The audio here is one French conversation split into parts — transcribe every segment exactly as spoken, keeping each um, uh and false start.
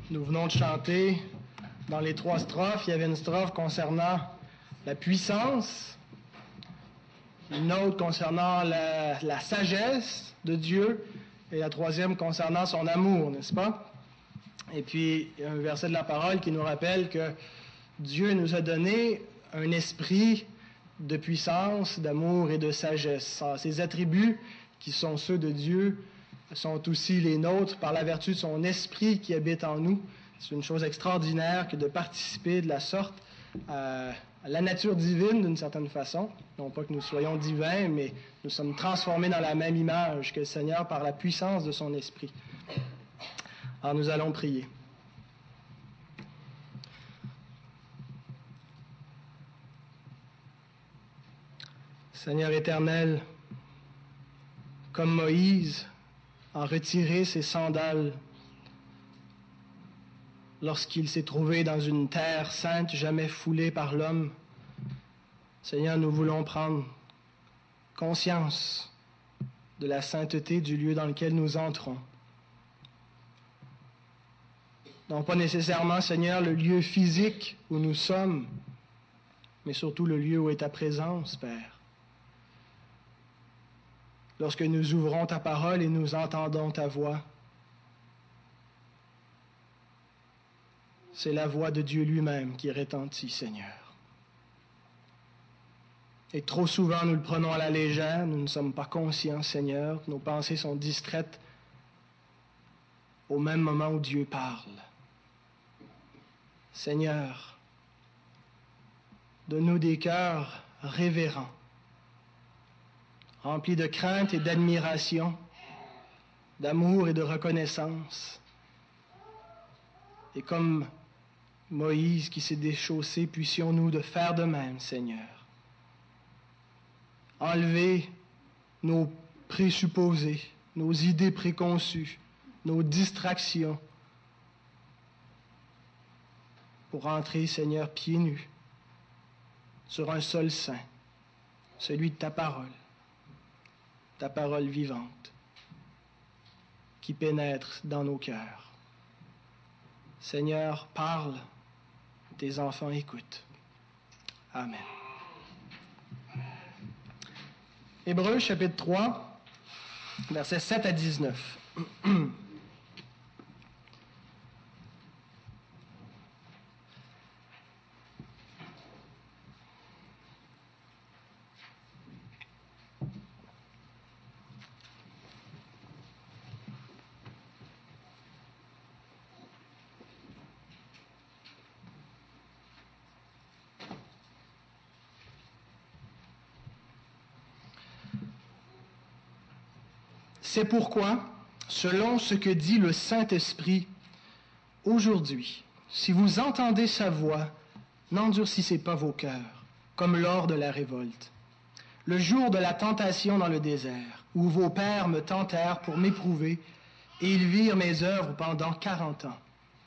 Nous venons de chanter, dans les trois strophes, il y avait une strophe concernant la puissance, une autre concernant la, la sagesse de Dieu, et la troisième concernant son amour, n'est-ce pas? Et puis, il y a un verset de la parole qui nous rappelle que Dieu nous a donné un esprit de puissance, d'amour et de sagesse. Ces attributs qui sont ceux de Dieu sont aussi les nôtres par la vertu de son esprit qui habite en nous. C'est une chose extraordinaire que de participer de la sorte à, à la nature divine d'une certaine façon. Non pas que nous soyons divins, mais nous sommes transformés dans la même image que le Seigneur par la puissance de son esprit. Alors nous allons prier. Seigneur éternel, comme Moïse a retiré ses sandales lorsqu'il s'est trouvé dans une terre sainte jamais foulée par l'homme, Seigneur, nous voulons prendre conscience de la sainteté du lieu dans lequel nous entrons. Non pas nécessairement, Seigneur, le lieu physique où nous sommes, mais surtout le lieu où est ta présence, Père. Lorsque nous ouvrons ta parole et nous entendons ta voix, c'est la voix de Dieu lui-même qui retentit, Seigneur. Et trop souvent, nous le prenons à la légère, nous ne sommes pas conscients, Seigneur, nos pensées sont distraites au même moment où Dieu parle. Seigneur, donne-nous des cœurs révérents, remplis de crainte et d'admiration, d'amour et de reconnaissance. Et comme Moïse qui s'est déchaussé, puissions-nous de faire de même, Seigneur. Enlever nos présupposés, nos idées préconçues, nos distractions, pour entrer, Seigneur, pieds nus, sur un sol saint, celui de ta parole, ta parole vivante, qui pénètre dans nos cœurs. Seigneur, parle, tes enfants écoutent. Amen. Hébreux chapitre trois, versets sept à dix-neuf. C'est pourquoi, selon ce que dit le Saint-Esprit, aujourd'hui, si vous entendez sa voix, n'endurcissez pas vos cœurs, comme lors de la révolte. Le jour de la tentation dans le désert, où vos pères me tentèrent pour m'éprouver, et ils virent mes œuvres pendant quarante ans.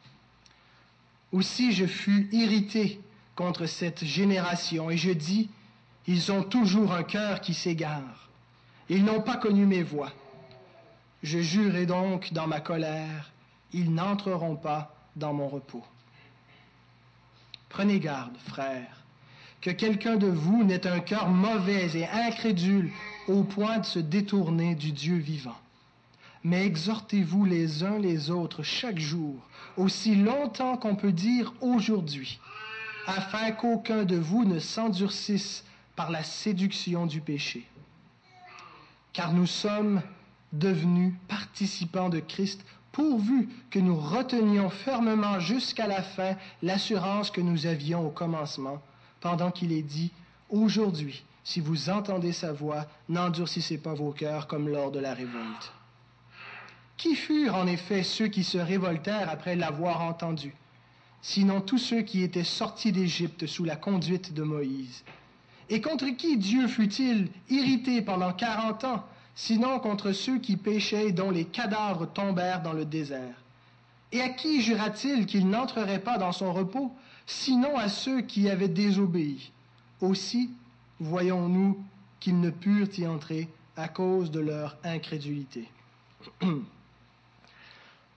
Aussi je fus irrité contre cette génération, et je dis, ils ont toujours un cœur qui s'égare. Ils n'ont pas connu mes voies. Je jurai donc dans ma colère, ils n'entreront pas dans mon repos. Prenez garde, frères, que quelqu'un de vous n'ait un cœur mauvais et incrédule au point de se détourner du Dieu vivant. Mais exhortez-vous les uns les autres chaque jour, aussi longtemps qu'on peut dire aujourd'hui, afin qu'aucun de vous ne s'endurcisse par la séduction du péché. Car nous sommes devenus participants de Christ, pourvu que nous retenions fermement jusqu'à la fin l'assurance que nous avions au commencement, pendant qu'il est dit, « Aujourd'hui, si vous entendez sa voix, n'endurcissez pas vos cœurs comme lors de la révolte. » Qui furent en effet ceux qui se révoltèrent après l'avoir entendu, sinon tous ceux qui étaient sortis d'Égypte sous la conduite de Moïse? Et contre qui Dieu fut-il irrité pendant quarante ans, sinon contre ceux qui péchaient et dont les cadavres tombèrent dans le désert? Et à qui jura-t-il qu'il n'entrerait pas dans son repos, sinon à ceux qui avaient désobéi? Aussi, voyons-nous qu'ils ne purent y entrer à cause de leur incrédulité.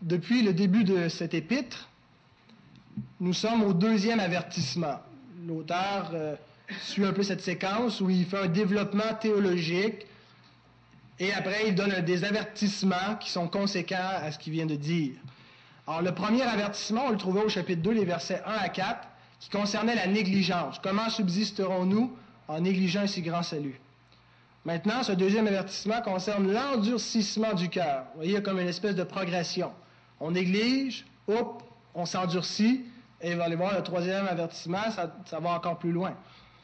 depuis le début de cet épître, nous sommes au deuxième avertissement. L'auteur euh, suit un peu cette séquence où il fait un développement théologique et après il donne des avertissements qui sont conséquents à ce qu'il vient de dire. Alors le premier avertissement, on le trouvait au chapitre deux, les versets un à quatre, qui concernait la négligence. Comment subsisterons-nous en négligeant un si grand salut? Maintenant, ce deuxième avertissement concerne l'endurcissement du cœur. Vous voyez, il y a comme une espèce de progression. On néglige, hop, on s'endurcit, et vous allez voir, le troisième avertissement, ça, ça va encore plus loin.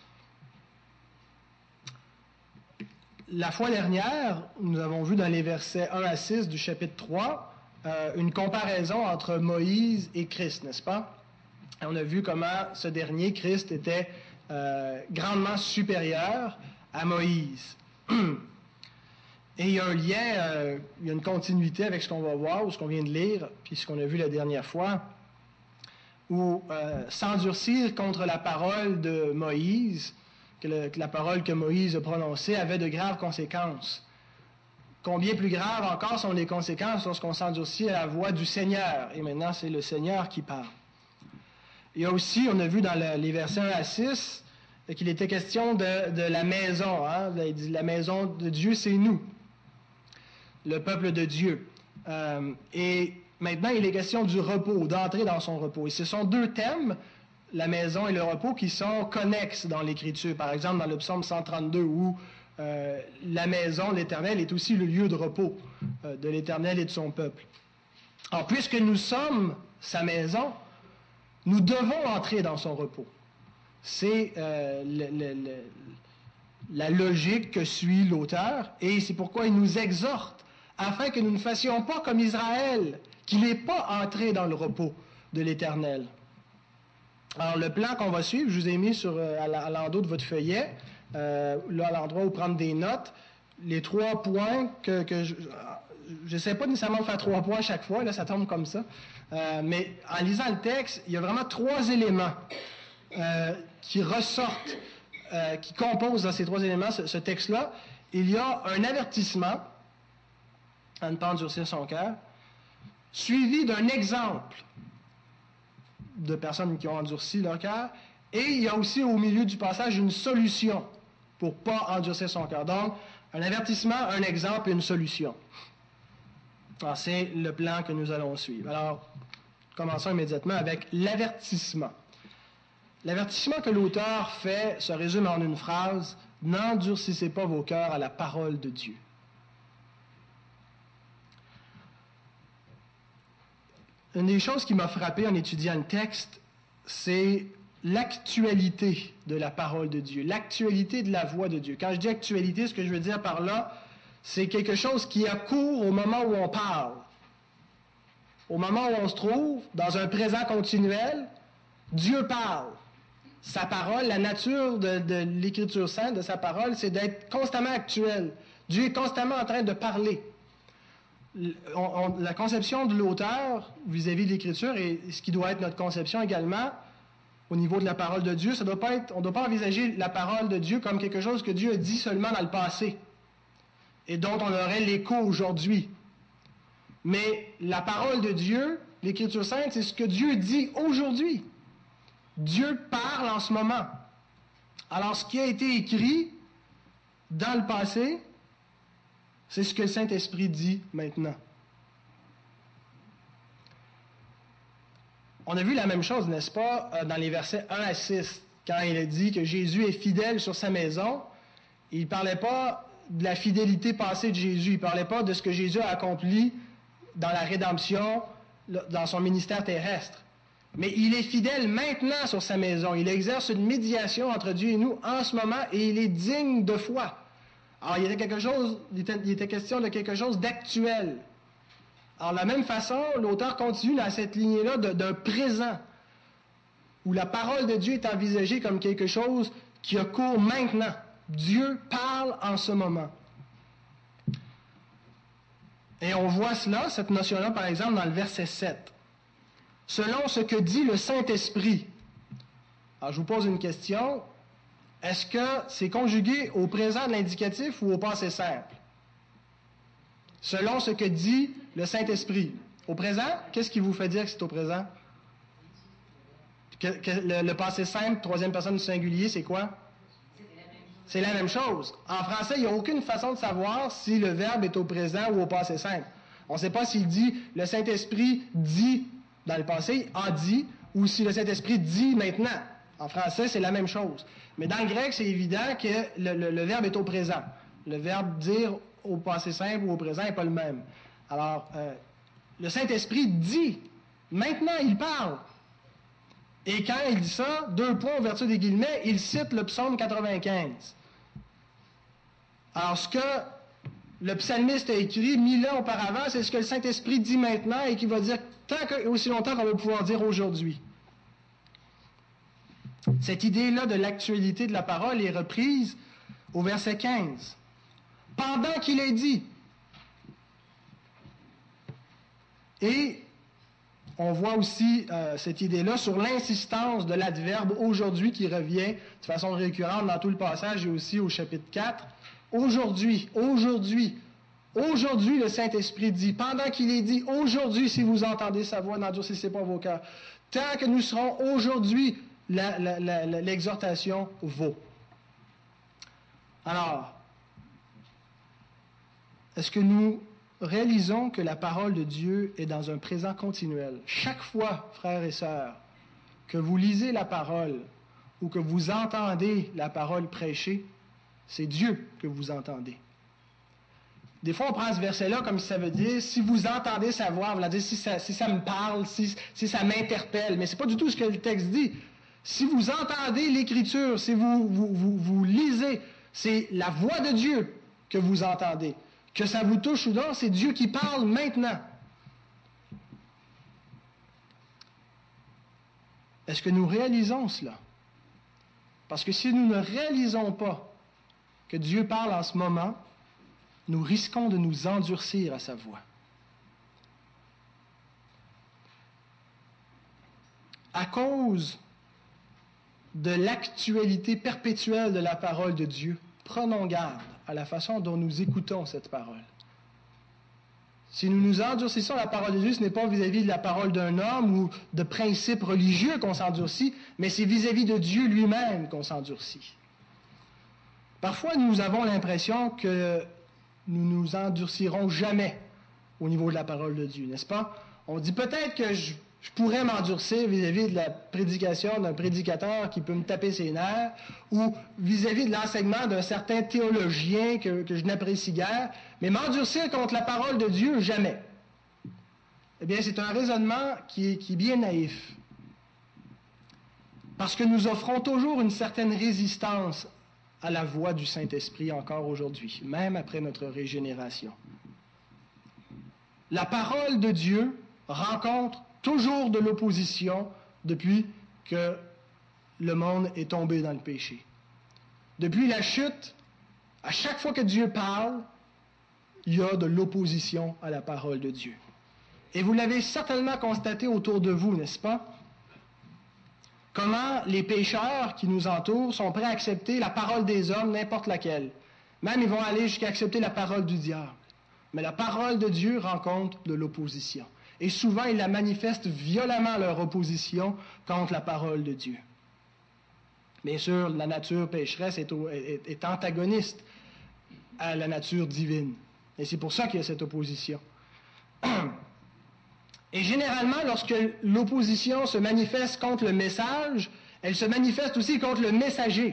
La fois dernière, nous avons vu dans les versets un à six du chapitre trois, euh, une comparaison entre Moïse et Christ, n'est-ce pas? Et on a vu comment ce dernier, Christ, était euh, grandement supérieur à Moïse. Et il y a un lien, euh, il y a une continuité avec ce qu'on va voir ou ce qu'on vient de lire, puis ce qu'on a vu la dernière fois, où euh, s'endurcir contre la parole de Moïse, que, le, que la parole que Moïse a prononcée avait de graves conséquences. Combien plus graves encore sont les conséquences lorsqu'on s'endurcit à la voix du Seigneur, et maintenant c'est le Seigneur qui parle. Il y a aussi, on a vu dans le, les versets un à six, qu'il était question de, de la maison. Hein? La maison de Dieu, c'est nous, le peuple de Dieu. Euh, et maintenant, il est question du repos, d'entrer dans son repos. Et ce sont deux thèmes, la maison et le repos, qui sont connexes dans l'Écriture. Par exemple, dans le psaume cent trente-deux, où euh, la maison, l'Éternel, est aussi le lieu de repos euh, de l'Éternel et de son peuple. Alors, puisque nous sommes sa maison, nous devons entrer dans son repos. C'est euh, le, le, le, la logique que suit l'auteur, et c'est pourquoi il nous exhorte, afin que nous ne fassions pas comme Israël, qui n'est pas entré dans le repos de l'Éternel. Alors, le plan qu'on va suivre, je vous ai mis sur, euh, à l'endos de votre feuillet, euh, là, à l'endroit où prendre des notes, les trois points que, que je... Je ne sais pas nécessairement faire trois points à chaque fois, là, ça tombe comme ça, euh, mais en lisant le texte, il y a vraiment trois éléments Euh, qui ressortent, euh, qui composent dans ces trois éléments ce, ce texte-là. Il y a un avertissement à ne pas endurcir son cœur, suivi d'un exemple de personnes qui ont endurci leur cœur, et il y a aussi au milieu du passage une solution pour ne pas endurcir son cœur. Donc, un avertissement, un exemple et une solution. Alors, c'est le plan que nous allons suivre. Alors, commençons immédiatement avec l'avertissement. L'avertissement que l'auteur fait se résume en une phrase: « N'endurcissez pas vos cœurs à la parole de Dieu. » Une des choses qui m'a frappé en étudiant le texte, c'est l'actualité de la parole de Dieu, l'actualité de la voix de Dieu. Quand je dis actualité, ce que je veux dire par là, c'est quelque chose qui a cours au moment où on parle. Au moment où on se trouve, dans un présent continuel, Dieu parle. Sa parole, la nature de, de l'Écriture sainte, de sa parole, c'est d'être constamment actuel. Dieu est constamment en train de parler. On, on, la conception de l'auteur vis-à-vis de l'Écriture, et ce qui doit être notre conception également, au niveau de la parole de Dieu, ça doit pas être, on ne doit pas envisager la parole de Dieu comme quelque chose que Dieu a dit seulement dans le passé, et dont on aurait l'écho aujourd'hui. Mais la parole de Dieu, l'Écriture sainte, c'est ce que Dieu dit aujourd'hui. Dieu parle en ce moment. Alors, ce qui a été écrit dans le passé, c'est ce que le Saint-Esprit dit maintenant. On a vu la même chose, n'est-ce pas, dans les versets un à six, quand il a dit que Jésus est fidèle sur sa maison. Il ne parlait pas de la fidélité passée de Jésus, il ne parlait pas de ce que Jésus a accompli dans la rédemption, dans son ministère terrestre. Mais il est fidèle maintenant sur sa maison. Il exerce une médiation entre Dieu et nous en ce moment, et il est digne de foi. Alors, il était, quelque chose, il était, il était question de quelque chose d'actuel. Alors, de la même façon, l'auteur continue dans cette lignée-là de, d'un présent, où la parole de Dieu est envisagée comme quelque chose qui a cours maintenant. Dieu parle en ce moment. Et on voit cela, cette notion-là, par exemple, dans le verset sept. Selon ce que dit le Saint-Esprit. Alors, je vous pose une question. Est-ce que c'est conjugué au présent de l'indicatif ou au passé simple? Selon ce que dit le Saint-Esprit. Au présent, qu'est-ce qui vous fait dire que c'est au présent? Que, que le, le passé simple, troisième personne du singulier, c'est quoi? C'est la même chose. En français, il n'y a aucune façon de savoir si le verbe est au présent ou au passé simple. On ne sait pas s'il dit « le Saint-Esprit dit » dans le passé, « a dit », ou si le Saint-Esprit dit maintenant. En français, c'est la même chose. Mais dans le grec, c'est évident que le, le, le verbe est au présent. Le verbe dire au passé simple ou au présent n'est pas le même. Alors, euh, le Saint-Esprit dit, maintenant il parle. Et quand il dit ça, deux points, ouverture des guillemets, il cite le psaume quatre-vingt-quinze. Alors, ce que le psalmiste a écrit mille ans auparavant, c'est ce que le Saint-Esprit dit maintenant et qu'il va dire tant que, aussi longtemps qu'on va pouvoir dire aujourd'hui. Cette idée-là de l'actualité de la parole est reprise au verset quinze. Pendant qu'il est dit. Et on voit aussi euh, cette idée-là sur l'insistance de l'adverbe aujourd'hui qui revient de façon récurrente dans tout le passage et aussi au chapitre quatre. Aujourd'hui, aujourd'hui, aujourd'hui le Saint-Esprit dit, pendant qu'il est dit, aujourd'hui si vous entendez sa voix, n'endurcissez pas vos cœurs. Tant que nous serons aujourd'hui, la, la, la, la, l'exhortation vaut. Alors, est-ce que nous réalisons que la parole de Dieu est dans un présent continuel? Chaque fois, frères et sœurs, que vous lisez la parole ou que vous entendez la parole prêchée, c'est Dieu que vous entendez. Des fois, on prend ce verset-là comme si ça veut dire, si vous entendez sa voix, vous dire si ça, si ça me parle, si, si ça m'interpelle. Mais ce n'est pas du tout ce que le texte dit. Si vous entendez l'Écriture, si vous, vous, vous, vous lisez, c'est la voix de Dieu que vous entendez. Que ça vous touche ou non, c'est Dieu qui parle maintenant. Est-ce que nous réalisons cela? Parce que si nous ne réalisons pas que Dieu parle en ce moment, nous risquons de nous endurcir à sa voix. À cause de l'actualité perpétuelle de la parole de Dieu, prenons garde à la façon dont nous écoutons cette parole. Si nous nous endurcissons à la parole de Dieu, ce n'est pas vis-à-vis de la parole d'un homme ou de principes religieux qu'on s'endurcit, mais c'est vis-à-vis de Dieu lui-même qu'on s'endurcit. Parfois, nous avons l'impression que nous nous endurcirons jamais au niveau de la parole de Dieu, n'est-ce pas? On dit peut-être que je, je pourrais m'endurcir vis-à-vis de la prédication d'un prédicateur qui peut me taper ses nerfs, ou vis-à-vis de l'enseignement d'un certain théologien que, que je n'apprécie guère, mais m'endurcir contre la parole de Dieu, jamais. Eh bien, c'est un raisonnement qui est, qui est bien naïf. Parce que nous offrons toujours une certaine résistance à la voix du Saint-Esprit encore aujourd'hui, même après notre régénération. La parole de Dieu rencontre toujours de l'opposition depuis que le monde est tombé dans le péché. Depuis la chute, à chaque fois que Dieu parle, il y a de l'opposition à la parole de Dieu. Et vous l'avez certainement constaté autour de vous, n'est-ce pas? Comment les pécheurs qui nous entourent sont prêts à accepter la parole des hommes, n'importe laquelle. Même ils vont aller jusqu'à accepter la parole du diable. Mais la parole de Dieu rencontre de l'opposition. Et souvent, ils la manifestent violemment leur opposition contre la parole de Dieu. Bien sûr, la nature pécheresse est, au, est, est antagoniste à la nature divine. Et c'est pour ça qu'il y a cette opposition. Et généralement, lorsque l'opposition se manifeste contre le message, elle se manifeste aussi contre le messager.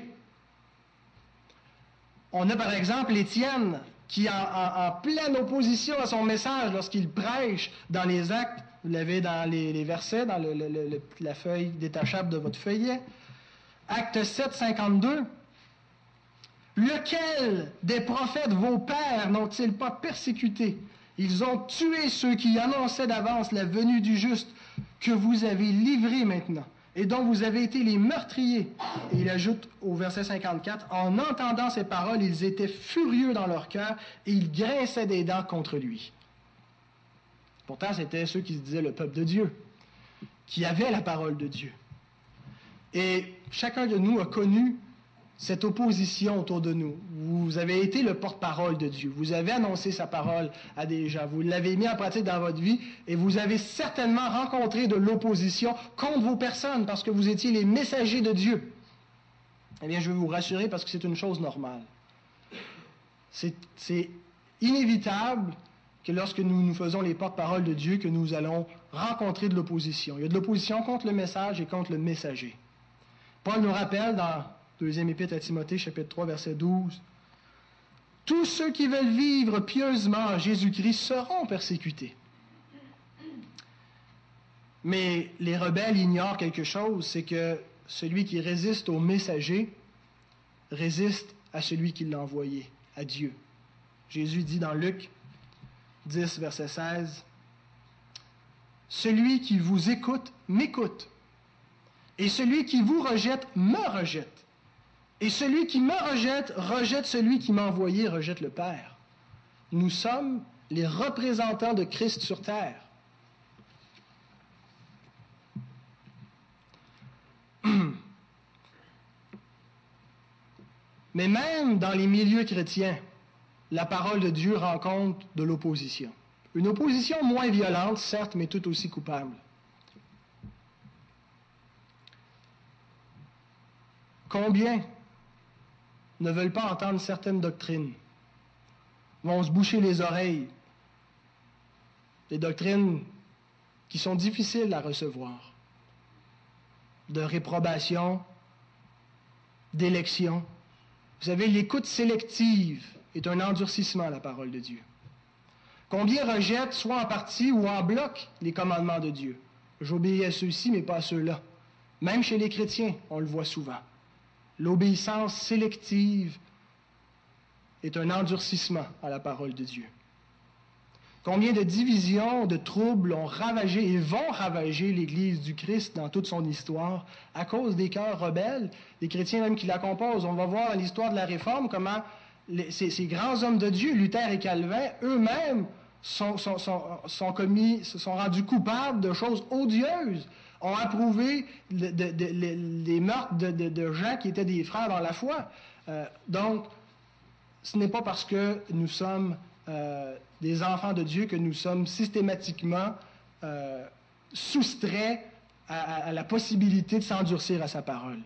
On a par exemple Étienne, qui en, en, en pleine opposition à son message lorsqu'il prêche dans les actes, vous l'avez dans les, les versets, dans le, le, le, la feuille détachable de votre feuillet, Acte sept, cinquante-deux. « Lequel des prophètes vos pères n'ont-ils pas persécuté? Ils ont tué ceux qui annonçaient d'avance la venue du juste, que vous avez livré maintenant, et dont vous avez été les meurtriers. » Et il ajoute au verset cinquante-quatre, « En entendant ces paroles, ils étaient furieux dans leur cœur, et ils grinçaient des dents contre lui. » Pourtant, c'était ceux qui se disaient le peuple de Dieu, qui avaient la parole de Dieu. Et chacun de nous a connu cette opposition autour de nous. Vous avez été le porte-parole de Dieu. Vous avez annoncé sa parole à des gens. Vous l'avez mis en pratique dans votre vie et vous avez certainement rencontré de l'opposition contre vos personnes parce que vous étiez les messagers de Dieu. Eh bien, je vais vous rassurer parce que c'est une chose normale. C'est, c'est inévitable que lorsque nous nous faisons les porte-paroles de Dieu, que nous allons rencontrer de l'opposition. Il y a de l'opposition contre le message et contre le messager. Paul nous rappelle dans Deuxième Épître à Timothée, chapitre trois, verset douze, « Tous ceux qui veulent vivre pieusement en Jésus-Christ seront persécutés. » Mais les rebelles ignorent quelque chose, c'est que celui qui résiste au messager résiste à celui qui l'a envoyé, à Dieu. Jésus dit dans Luc dix, verset seize, « Celui qui vous écoute m'écoute, et celui qui vous rejette me rejette. Et celui qui me rejette, rejette celui qui m'a envoyé, rejette le Père. » Nous sommes les représentants de Christ sur terre. Mais même dans les milieux chrétiens, la parole de Dieu rencontre de l'opposition. Une opposition moins violente, certes, mais tout aussi coupable. Combien ne veulent pas entendre certaines doctrines, vont se boucher les oreilles, des doctrines qui sont difficiles à recevoir, de réprobation, d'élection. Vous savez, l'écoute sélective est un endurcissement à la parole de Dieu. Combien rejettent, soit en partie ou en bloc, les commandements de Dieu? J'obéis à ceux-ci, mais pas à ceux-là. Même chez les chrétiens, on le voit souvent. L'obéissance sélective est un endurcissement à la parole de Dieu. Combien de divisions, de troubles ont ravagé et vont ravager l'Église du Christ dans toute son histoire à cause des cœurs rebelles, des chrétiens même qui la composent. On va voir dans l'histoire de la Réforme comment les, ces, ces grands hommes de Dieu, Luther et Calvin, eux-mêmes sont, sont, sont, sont commis, se sont rendus coupables de choses odieuses, ont approuvé le, de, de, de, les meurtres de, de, de gens qui étaient des frères dans la foi. Euh, donc, ce n'est pas parce que nous sommes euh, des enfants de Dieu que nous sommes systématiquement euh, soustraits à, à, à la possibilité de s'endurcir à sa parole.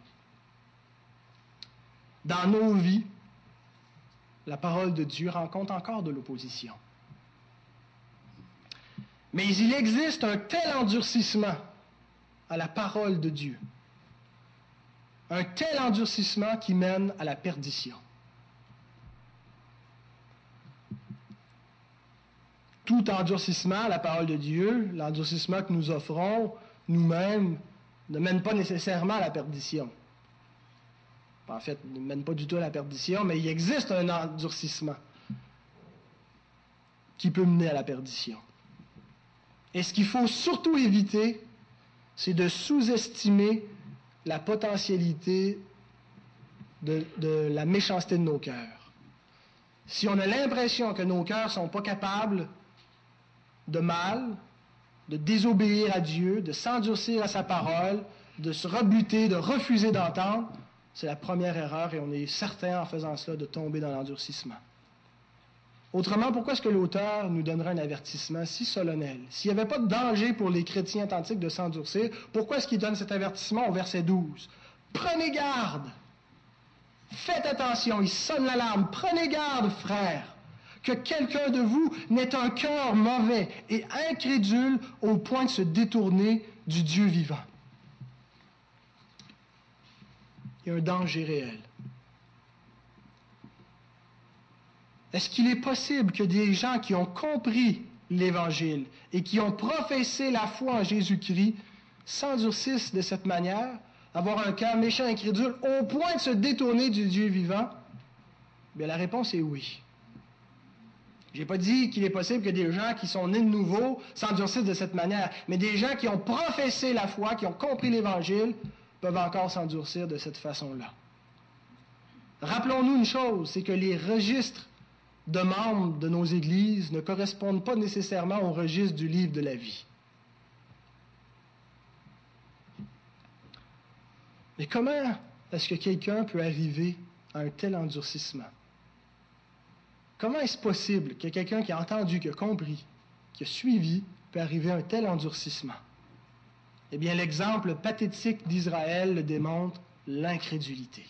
Dans nos vies, la parole de Dieu rencontre encore de l'opposition. Mais il existe un tel endurcissement à la parole de Dieu, un tel endurcissement qui mène à la perdition. Tout endurcissement à la parole de Dieu, l'endurcissement que nous offrons nous-mêmes, ne mène pas nécessairement à la perdition. En fait, ne mène pas du tout à la perdition, mais il existe un endurcissement qui peut mener à la perdition. Et ce qu'il faut surtout éviter, c'est de sous-estimer la potentialité de, de la méchanceté de nos cœurs. Si on a l'impression que nos cœurs ne sont pas capables de mal, de désobéir à Dieu, de s'endurcir à sa parole, de se rebuter, de refuser d'entendre, c'est la première erreur et on est certain en faisant cela de tomber dans l'endurcissement. Autrement, pourquoi est-ce que l'auteur nous donnerait un avertissement si solennel? S'il n'y avait pas de danger pour les chrétiens authentiques de s'endurcir, pourquoi est-ce qu'il donne cet avertissement au verset douze? Prenez garde! Faites attention, il sonne l'alarme. Prenez garde, frères, que quelqu'un de vous n'ait un cœur mauvais et incrédule au point de se détourner du Dieu vivant. Il y a un danger réel. Est-ce qu'il est possible que des gens qui ont compris l'Évangile et qui ont professé la foi en Jésus-Christ s'endurcissent de cette manière, avoir un cœur méchant et incrédule au point de se détourner du Dieu vivant? Bien, la réponse est oui. Je n'ai pas dit qu'il est possible que des gens qui sont nés de nouveau s'endurcissent de cette manière, mais des gens qui ont professé la foi, qui ont compris l'Évangile, peuvent encore s'endurcir de cette façon-là. Rappelons-nous une chose, c'est que les registres de membres de nos églises ne correspondent pas nécessairement au registre du livre de la vie. Mais comment est-ce que quelqu'un peut arriver à un tel endurcissement? Comment est-ce possible que quelqu'un qui a entendu, qui a compris, qui a suivi, peut arriver à un tel endurcissement? Eh bien, l'exemple pathétique d'Israël le démontre, l'incrédulité.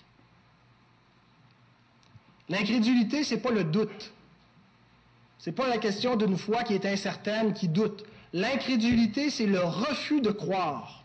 L'incrédulité, ce n'est pas le doute. Ce n'est pas la question d'une foi qui est incertaine, qui doute. L'incrédulité, c'est le refus de croire.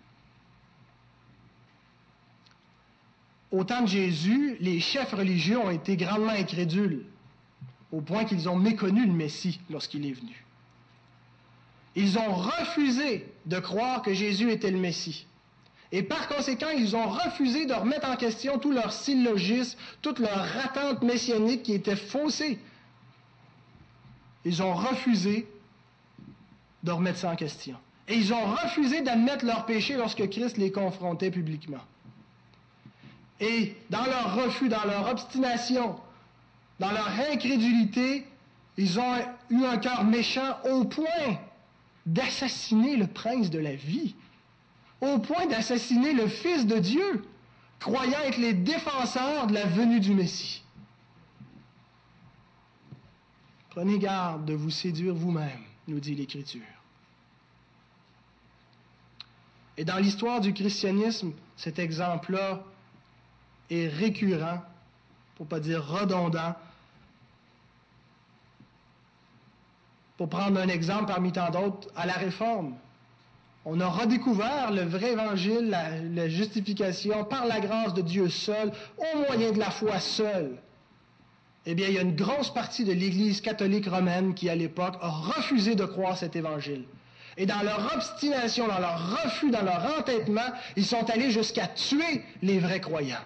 Au temps de Jésus, les chefs religieux ont été grandement incrédules, au point qu'ils ont méconnu le Messie lorsqu'il est venu. Ils ont refusé de croire que Jésus était le Messie. Et par conséquent, ils ont refusé de remettre en question tout leur syllogisme, toute leur attente messianique qui était faussée. Ils ont refusé de remettre ça en question. Et ils ont refusé d'admettre leur péché lorsque Christ les confrontait publiquement. Et dans leur refus, dans leur obstination, dans leur incrédulité, ils ont eu un cœur méchant au point d'assassiner le prince de la vie, au point d'assassiner le Fils de Dieu, croyant être les défenseurs de la venue du Messie. Prenez garde de vous séduire vous-même, nous dit l'Écriture. Et dans l'histoire du christianisme, cet exemple-là est récurrent, pour ne pas dire redondant. Pour prendre un exemple parmi tant d'autres, à la Réforme, on a redécouvert le vrai évangile, la, la justification par la grâce de Dieu seul, au moyen de la foi seule. Eh bien, il y a une grosse partie de l'Église catholique romaine qui, à l'époque, a refusé de croire cet évangile. Et dans leur obstination, dans leur refus, dans leur entêtement, ils sont allés jusqu'à tuer les vrais croyants.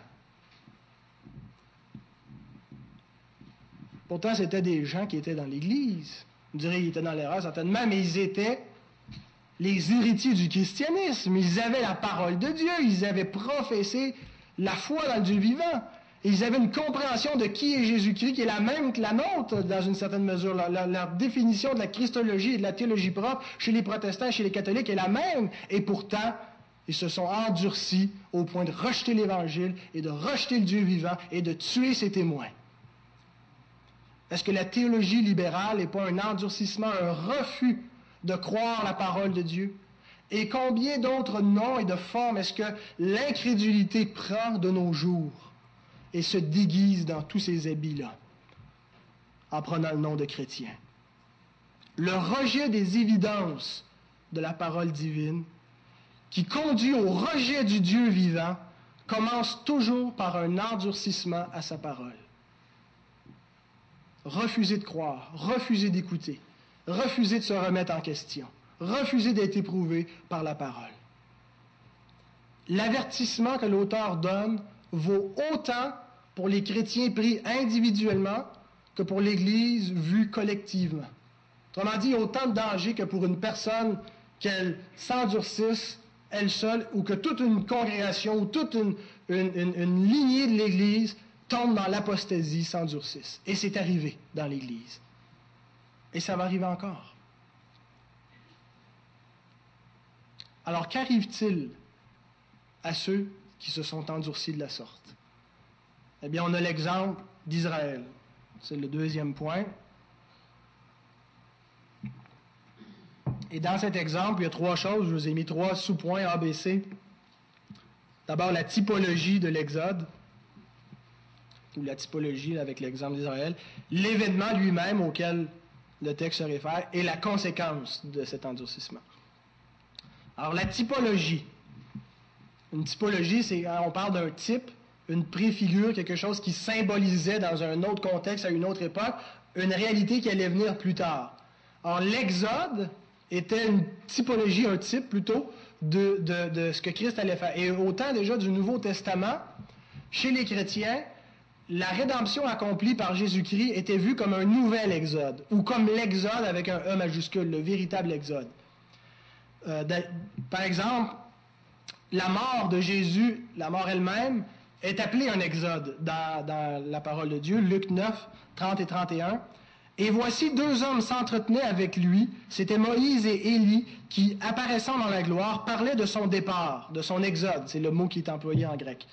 Pourtant, c'était des gens qui étaient dans l'Église. On dirait qu'ils étaient dans l'erreur, certainement, mais ils étaient les héritiers du christianisme. Ils avaient la parole de Dieu. Ils avaient professé la foi dans le Dieu vivant. Ils avaient une compréhension de qui est Jésus-Christ qui est la même que la nôtre, dans une certaine mesure. Leur, leur, leur définition de la christologie et de la théologie propre chez les protestants et chez les catholiques est la même. Et pourtant, ils se sont endurcis au point de rejeter l'Évangile et de rejeter le Dieu vivant et de tuer ses témoins. Est-ce que la théologie libérale n'est pas un endurcissement, un refus de croire la parole de Dieu? Et combien d'autres noms et de formes est-ce que l'incrédulité prend de nos jours et se déguise dans tous ces habits-là, en prenant le nom de chrétien? Le rejet des évidences de la parole divine, qui conduit au rejet du Dieu vivant, commence toujours par un endurcissement à sa parole. Refuser de croire, refuser d'écouter, refuser de se remettre en question, refuser d'être éprouvé par la parole. L'avertissement que l'auteur donne vaut autant pour les chrétiens pris individuellement que pour l'Église vue collectivement. Autrement dit, il y a autant de danger que pour une personne qu'elle s'endurcisse elle seule ou que toute une congrégation ou toute une, une, une, une lignée de l'Église tombe dans l'apostasie, s'endurcisse. Et c'est arrivé dans l'Église. Et ça va arriver encore. Alors, qu'arrive-t-il à ceux qui se sont endurcis de la sorte? Eh bien, on a l'exemple d'Israël. C'est le deuxième point. Et dans cet exemple, il y a trois choses. Je vous ai mis trois sous-points A B C. D'abord, la typologie de l'Exode, ou la typologie avec l'exemple d'Israël, l'événement lui-même auquel le texte se réfère, et la conséquence de cet endurcissement. Alors, la typologie. Une typologie, c'est on parle d'un type, une préfigure, quelque chose qui symbolisait dans un autre contexte, à une autre époque, une réalité qui allait venir plus tard. Alors, l'Exode était une typologie, un type plutôt, de, de, de ce que Christ allait faire. Et au temps déjà du Nouveau Testament, chez les chrétiens, la rédemption accomplie par Jésus-Christ était vue comme un nouvel exode, ou comme l'exode avec un E majuscule, le véritable exode. Euh, de, par exemple, la mort de Jésus, la mort elle-même, est appelée un exode dans, dans la parole de Dieu, Luc neuf, trente et trente et un. Et voici deux hommes s'entretenaient avec lui, c'était Moïse et Élie, qui, apparaissant dans la gloire, parlaient de son départ, de son exode, c'est le mot qui est employé en grec.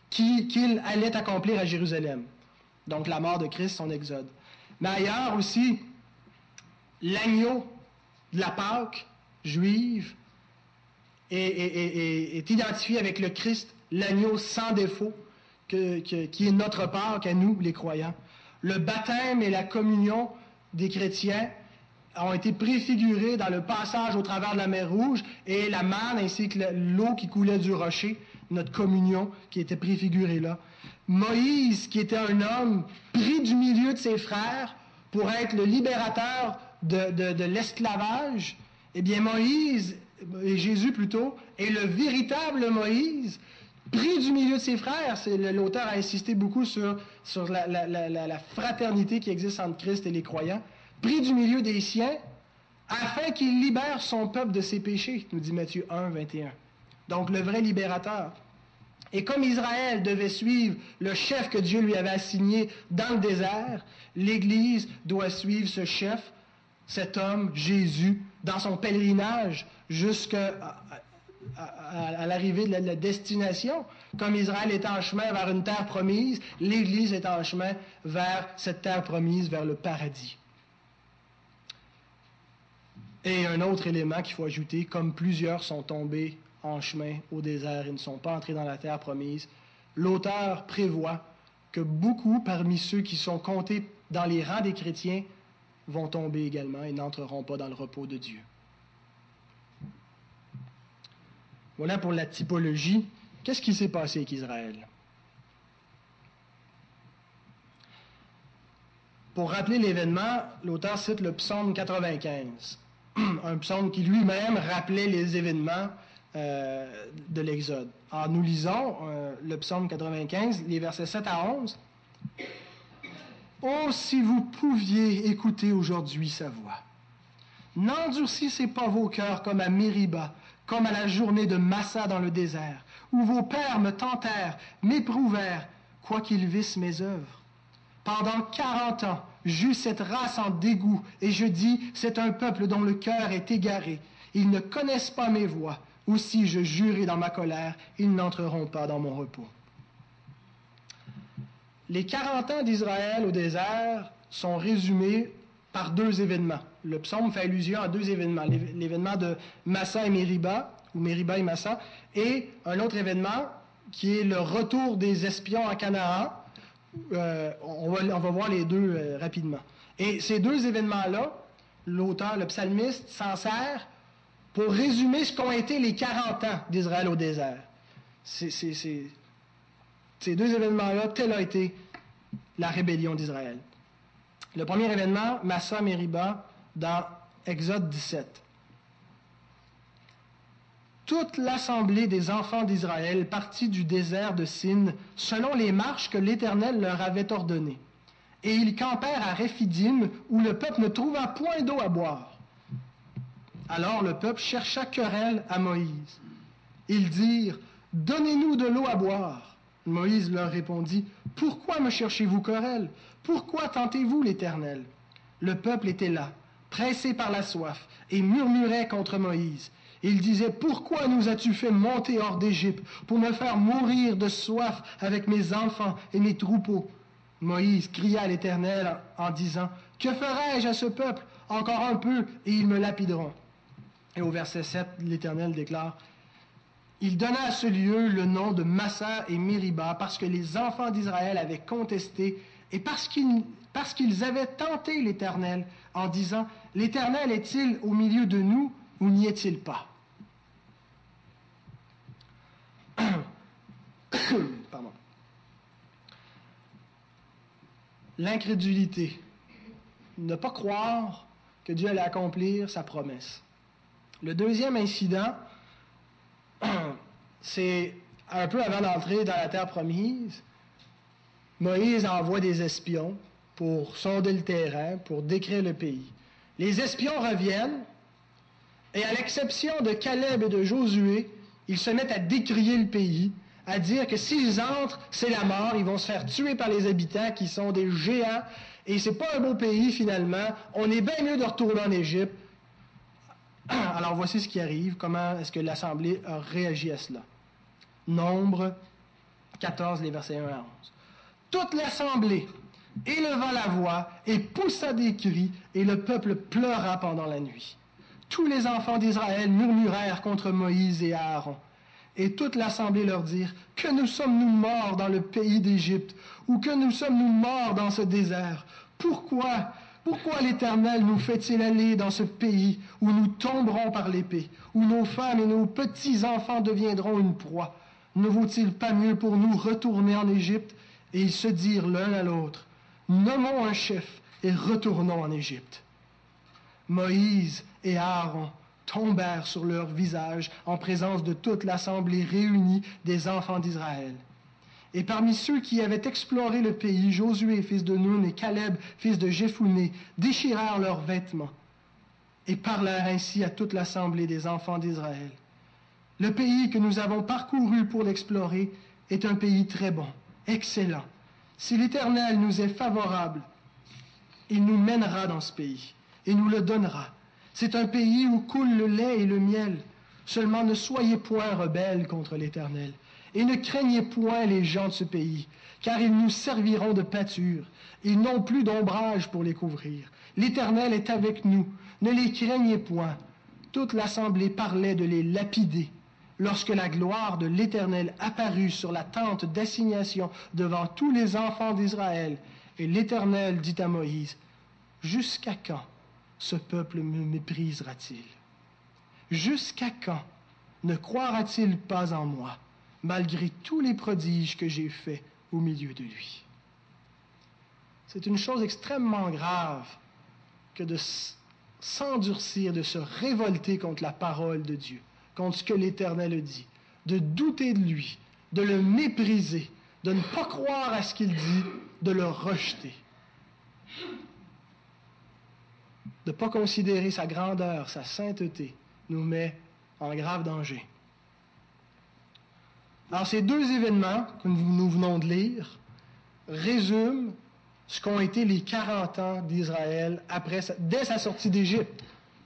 qui, qu'il allait accomplir à Jérusalem. Donc la mort de Christ, son exode. Mais ailleurs aussi, l'agneau de la Pâque juive est, est, est, est identifié avec le Christ, l'agneau sans défaut, que, que, qui est notre Pâque à nous, les croyants. Le baptême et la communion des chrétiens ont été préfigurés dans le passage au travers de la mer Rouge et la manne ainsi que l'eau qui coulait du rocher, notre communion qui était préfigurée là. Moïse, qui était un homme pris du milieu de ses frères pour être le libérateur de, de, de l'esclavage, eh bien Moïse, et Jésus plutôt, est le véritable Moïse, pris du milieu de ses frères. C'est, l'auteur a insisté beaucoup sur, sur la, la, la, la fraternité qui existe entre Christ et les croyants, pris du milieu des siens, afin qu'il libère son peuple de ses péchés, nous dit Matthieu un, vingt et un. Donc le vrai libérateur. Et comme Israël devait suivre le chef que Dieu lui avait assigné dans le désert, l'Église doit suivre ce chef, cet homme, Jésus, dans son pèlerinage jusqu'à à, à, à l'arrivée de la, de la destination. Comme Israël est en chemin vers une terre promise, l'Église est en chemin vers cette terre promise, vers le paradis. Et un autre élément qu'il faut ajouter, comme plusieurs sont tombés en chemin au désert et ne sont pas entrés dans la terre promise, l'auteur prévoit que beaucoup parmi ceux qui sont comptés dans les rangs des chrétiens vont tomber également et n'entreront pas dans le repos de Dieu. Voilà pour la typologie. Qu'est-ce qui s'est passé avec Israël? Pour rappeler l'événement, l'auteur cite le psaume quatre-vingt-quinze, un psaume qui lui-même rappelait les événements euh, de l'Exode. Alors nous lisons euh, le psaume quatre-vingt-quinze, les versets sept à onze. « Oh, si vous pouviez écouter aujourd'hui sa voix! N'endurcissez pas vos cœurs comme à Mériba, comme à la journée de Massa dans le désert, où vos pères me tentèrent, m'éprouvèrent, quoiqu'ils vissent mes œuvres. Pendant quarante ans, j'eus cette race en dégoût, et je dis, c'est un peuple dont le cœur est égaré. Ils ne connaissent pas mes voies. Aussi je jurai dans ma colère, ils n'entreront pas dans mon repos. » Les quarante ans d'Israël au désert sont résumés par deux événements. Le psaume fait allusion à deux événements. L'événement de Massa et Mériba, ou Mériba et Massa, et un autre événement qui est le retour des espions en Canaan. Euh, on, va, on va voir les deux euh, rapidement. Et ces deux événements-là, l'auteur, le psalmiste, s'en sert pour résumer ce qu'ont été les quarante ans d'Israël au désert. C'est, c'est, c'est, ces deux événements-là, telle a été la rébellion d'Israël. Le premier événement, Massa, Mériba, dans Exode dix-sept. Toute l'assemblée des enfants d'Israël partit du désert de Sin selon les marches que l'Éternel leur avait ordonnées. Et ils campèrent à Réphidim, où le peuple ne trouva point d'eau à boire. Alors le peuple chercha querelle à Moïse. Ils dirent, « Donnez-nous de l'eau à boire. » Moïse leur répondit, « Pourquoi me cherchez-vous querelle? Pourquoi tentez-vous l'Éternel? » Le peuple était là, pressé par la soif, et murmurait contre Moïse. Il disait, « Pourquoi nous as-tu fait monter hors d'Égypte pour me faire mourir de soif avec mes enfants et mes troupeaux? » Moïse cria à l'Éternel en disant, « Que ferai-je à ce peuple? Encore un peu, et ils me lapideront. » Et au verset sept, l'Éternel déclare, « Il donna à ce lieu le nom de Massa et Mériba parce que les enfants d'Israël avaient contesté et parce qu'ils, parce qu'ils avaient tenté l'Éternel en disant, « L'Éternel est-il au milieu de nous ou n'y est-il pas? » Pardon. L'incrédulité. Ne pas croire que Dieu allait accomplir sa promesse. Le deuxième incident, c'est un peu avant d'entrer dans la terre promise. Moïse envoie des espions pour sonder le terrain, pour décrire le pays. Les espions reviennent, et à l'exception de Caleb et de Josué, ils se mettent à décrier le pays, à dire que s'ils entrent, c'est la mort, ils vont se faire tuer par les habitants qui sont des géants, et c'est pas un beau pays finalement, on est bien mieux de retourner en Égypte. Alors voici ce qui arrive, comment est-ce que l'Assemblée a réagi à cela. Nombre quatorze, les versets un à onze. Toute l'assemblée éleva la voix et poussa des cris, et le peuple pleura pendant la nuit. Tous les enfants d'Israël murmurèrent contre Moïse et Aaron. Et toute l'assemblée leur dirent, « Que nous sommes-nous morts dans le pays d'Égypte, ou que nous sommes-nous morts dans ce désert? Pourquoi, pourquoi l'Éternel nous fait-il aller dans ce pays où nous tomberons par l'épée, où nos femmes et nos petits-enfants deviendront une proie? Ne vaut-il pas mieux pour nous retourner en Égypte? » Et ils se dirent l'un à l'autre, « Nommons un chef et retournons en Égypte. » Moïse et Aaron tombèrent sur leur visage en présence de toute l'assemblée réunie des enfants d'Israël. Et parmi ceux qui avaient exploré le pays, Josué, fils de Nun, et Caleb, fils de Jephunnée, déchirèrent leurs vêtements et parlèrent ainsi à toute l'assemblée des enfants d'Israël. Le pays que nous avons parcouru pour l'explorer est un pays très bon, excellent. Si l'Éternel nous est favorable, il nous mènera dans ce pays et nous le donnera. C'est un pays où coule le lait et le miel. Seulement ne soyez point rebelles contre l'Éternel, et ne craignez point les gens de ce pays, car ils nous serviront de pâture. Ils n'ont plus d'ombrage pour les couvrir. L'Éternel est avec nous, ne les craignez point. Toute l'assemblée parlait de les lapider, lorsque la gloire de l'Éternel apparut sur la tente d'assignation devant tous les enfants d'Israël. Et l'Éternel dit à Moïse, « Jusqu'à quand ce peuple me méprisera-t-il? Jusqu'à quand ne croira-t-il pas en moi, malgré tous les prodiges que j'ai faits au milieu de lui? » C'est une chose extrêmement grave que de s'endurcir, de se révolter contre la parole de Dieu, contre ce que l'Éternel dit, de douter de lui, de le mépriser, de ne pas croire à ce qu'il dit, de le rejeter. De ne pas considérer sa grandeur, sa sainteté, nous met en grave danger. Alors, ces deux événements que nous venons de lire résument ce qu'ont été les quarante ans d'Israël après sa, dès sa sortie d'Égypte.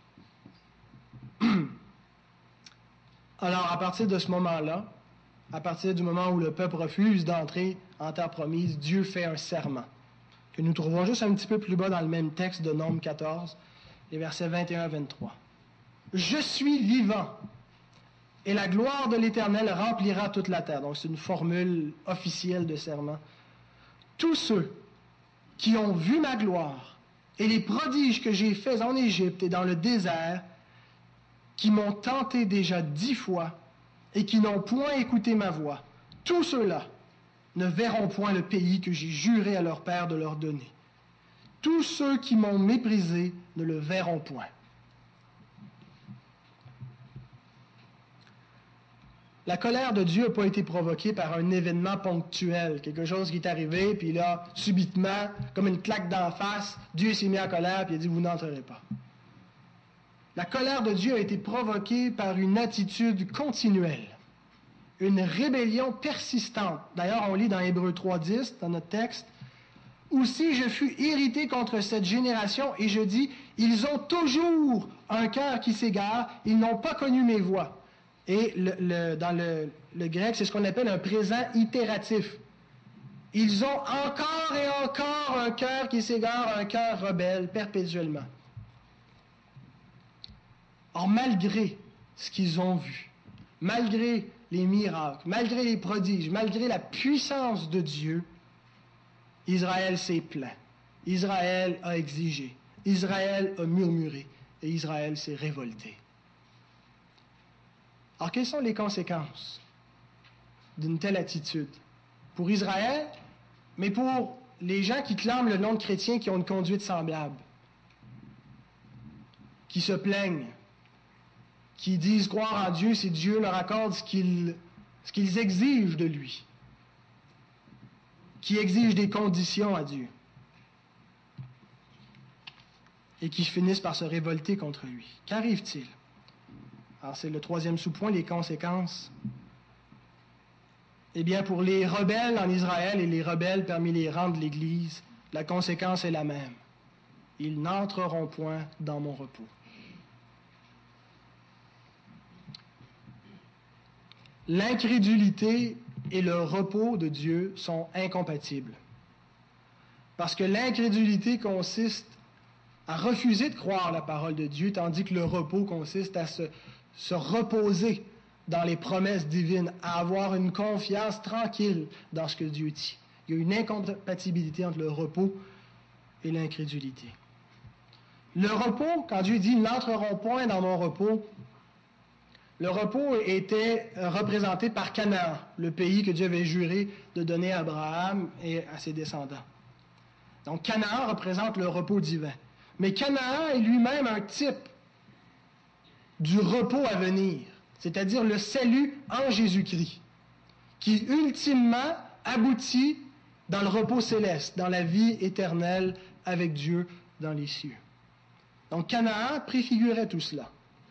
Alors, à partir de ce moment-là, à partir du moment où le peuple refuse d'entrer en terre promise, Dieu fait un serment, que nous trouvons juste un petit peu plus bas dans le même texte de Nombre quatorze, les versets vingt et un à vingt-trois. « Je suis vivant, et la gloire de l'Éternel remplira toute la terre. » Donc, c'est une formule officielle de serment. « Tous ceux qui ont vu ma gloire et les prodiges que j'ai faits en Égypte et dans le désert, qui m'ont tenté déjà dix fois et qui n'ont point écouté ma voix, tous ceux-là ne verront point le pays que j'ai juré à leur père de leur donner. Tous ceux qui m'ont méprisé ne le verront point. » La colère de Dieu n'a pas été provoquée par un événement ponctuel, quelque chose qui est arrivé, puis là, subitement, comme une claque d'en face, Dieu s'est mis en colère, puis il a dit « Vous n'entrerez pas ». La colère de Dieu a été provoquée par une attitude continuelle, une rébellion persistante. D'ailleurs, on lit dans Hébreux trois dix, dans notre texte, « Aussi je fus irrité contre cette génération, et je dis, ils ont toujours un cœur qui s'égare, ils n'ont pas connu mes voies. » Et le, le, dans le, le grec, c'est ce qu'on appelle un présent itératif. Ils ont encore et encore un cœur qui s'égare, un cœur rebelle, perpétuellement. Or, malgré ce qu'ils ont vu, malgré les miracles, malgré les prodiges, malgré la puissance de Dieu, Israël s'est plaint. Israël a exigé. Israël a murmuré. Et Israël s'est révolté. Alors, quelles sont les conséquences d'une telle attitude pour Israël, mais pour les gens qui clament le nom de chrétiens qui ont une conduite semblable, qui se plaignent, qui disent croire en Dieu si Dieu leur accorde ce qu'ils, ce qu'ils exigent de lui, qui exigent des conditions à Dieu, et qui finissent par se révolter contre lui. Qu'arrive-t-il? Alors, c'est le troisième sous-point, les conséquences. Eh bien, pour les rebelles en Israël et les rebelles parmi les rangs de l'Église, la conséquence est la même. Ils n'entreront point dans mon repos. L'incrédulité et le repos de Dieu sont incompatibles. Parce que l'incrédulité consiste à refuser de croire la parole de Dieu, tandis que le repos consiste à se, se reposer dans les promesses divines, à avoir une confiance tranquille dans ce que Dieu dit. Il y a une incompatibilité entre le repos et l'incrédulité. Le repos, quand Dieu dit « Ils n'entreront point dans mon repos », le repos était représenté par Canaan, le pays que Dieu avait juré de donner à Abraham et à ses descendants. Donc Canaan représente le repos divin. Mais Canaan est lui-même un type du repos à venir, c'est-à-dire le salut en Jésus-Christ, qui ultimement aboutit dans le repos céleste, dans la vie éternelle avec Dieu dans les cieux. Donc Canaan préfigurait tout cela.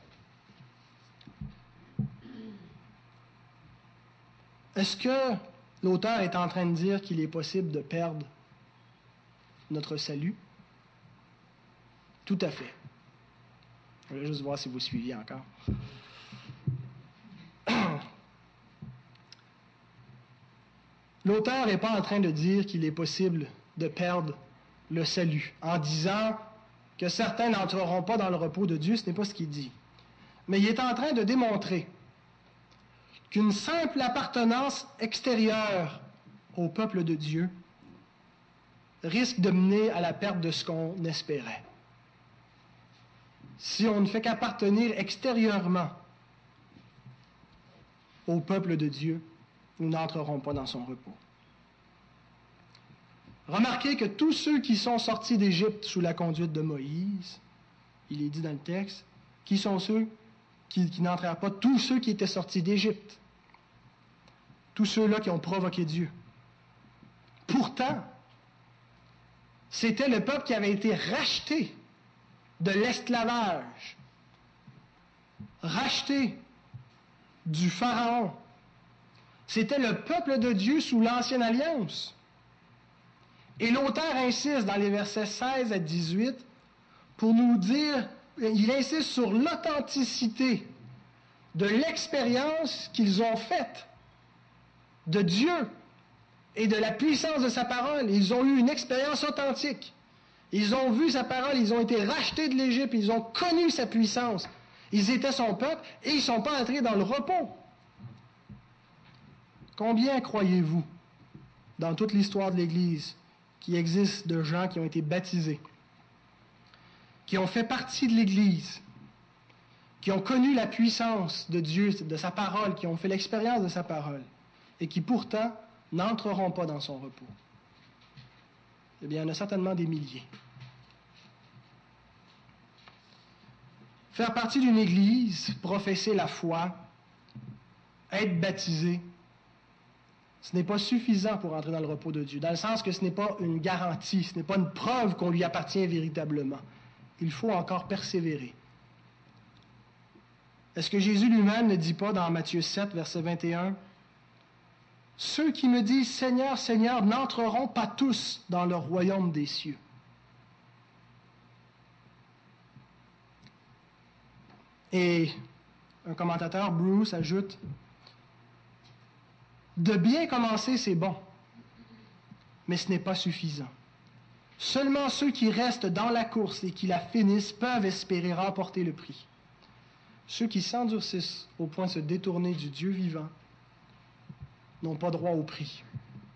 Est-ce que l'auteur est en train de dire qu'il est possible de perdre notre salut? Tout à fait. Je vais juste voir si vous suivez encore. L'auteur n'est pas en train de dire qu'il est possible de perdre le salut en disant que certains n'entreront pas dans le repos de Dieu, ce n'est pas ce qu'il dit. Mais il est en train de démontrer qu'une simple appartenance extérieure au peuple de Dieu risque de mener à la perte de ce qu'on espérait. Si on ne fait qu'appartenir extérieurement au peuple de Dieu, nous n'entrerons pas dans son repos. Remarquez que tous ceux qui sont sortis d'Égypte sous la conduite de Moïse, il est dit dans le texte, qui sont ceux qui, qui n'entrèrent pas? Tous ceux qui étaient sortis d'Égypte. Tous ceux-là qui ont provoqué Dieu. Pourtant, c'était le peuple qui avait été racheté de l'esclavage, racheté du Pharaon. C'était le peuple de Dieu sous l'Ancienne Alliance. Et l'auteur insiste dans les versets seize à dix-huit pour nous dire, il insiste sur l'authenticité de l'expérience qu'ils ont faite de Dieu et de la puissance de sa parole. Ils ont eu une expérience authentique. Ils ont vu sa parole, ils ont été rachetés de l'Égypte, ils ont connu sa puissance. Ils étaient son peuple et ils ne sont pas entrés dans le repos. Combien croyez-vous, dans toute l'histoire de l'Église, qu'il existe de gens qui ont été baptisés, qui ont fait partie de l'Église, qui ont connu la puissance de Dieu, de sa parole, qui ont fait l'expérience de sa parole, et qui pourtant n'entreront pas dans son repos? Eh bien, il y en a certainement des milliers. Faire partie d'une Église, professer la foi, être baptisé, ce n'est pas suffisant pour entrer dans le repos de Dieu, dans le sens que ce n'est pas une garantie, ce n'est pas une preuve qu'on lui appartient véritablement. Il faut encore persévérer. Est-ce que Jésus lui-même ne dit pas dans Matthieu sept, verset vingt et un, « Ceux qui me disent « Seigneur, Seigneur » n'entreront pas tous dans le royaume des cieux. » Et un commentateur, Bruce, ajoute, « De bien commencer, c'est bon, mais ce n'est pas suffisant. Seulement ceux qui restent dans la course et qui la finissent peuvent espérer remporter le prix. Ceux qui s'endurcissent au point de se détourner du Dieu vivant n'ont pas droit au prix. »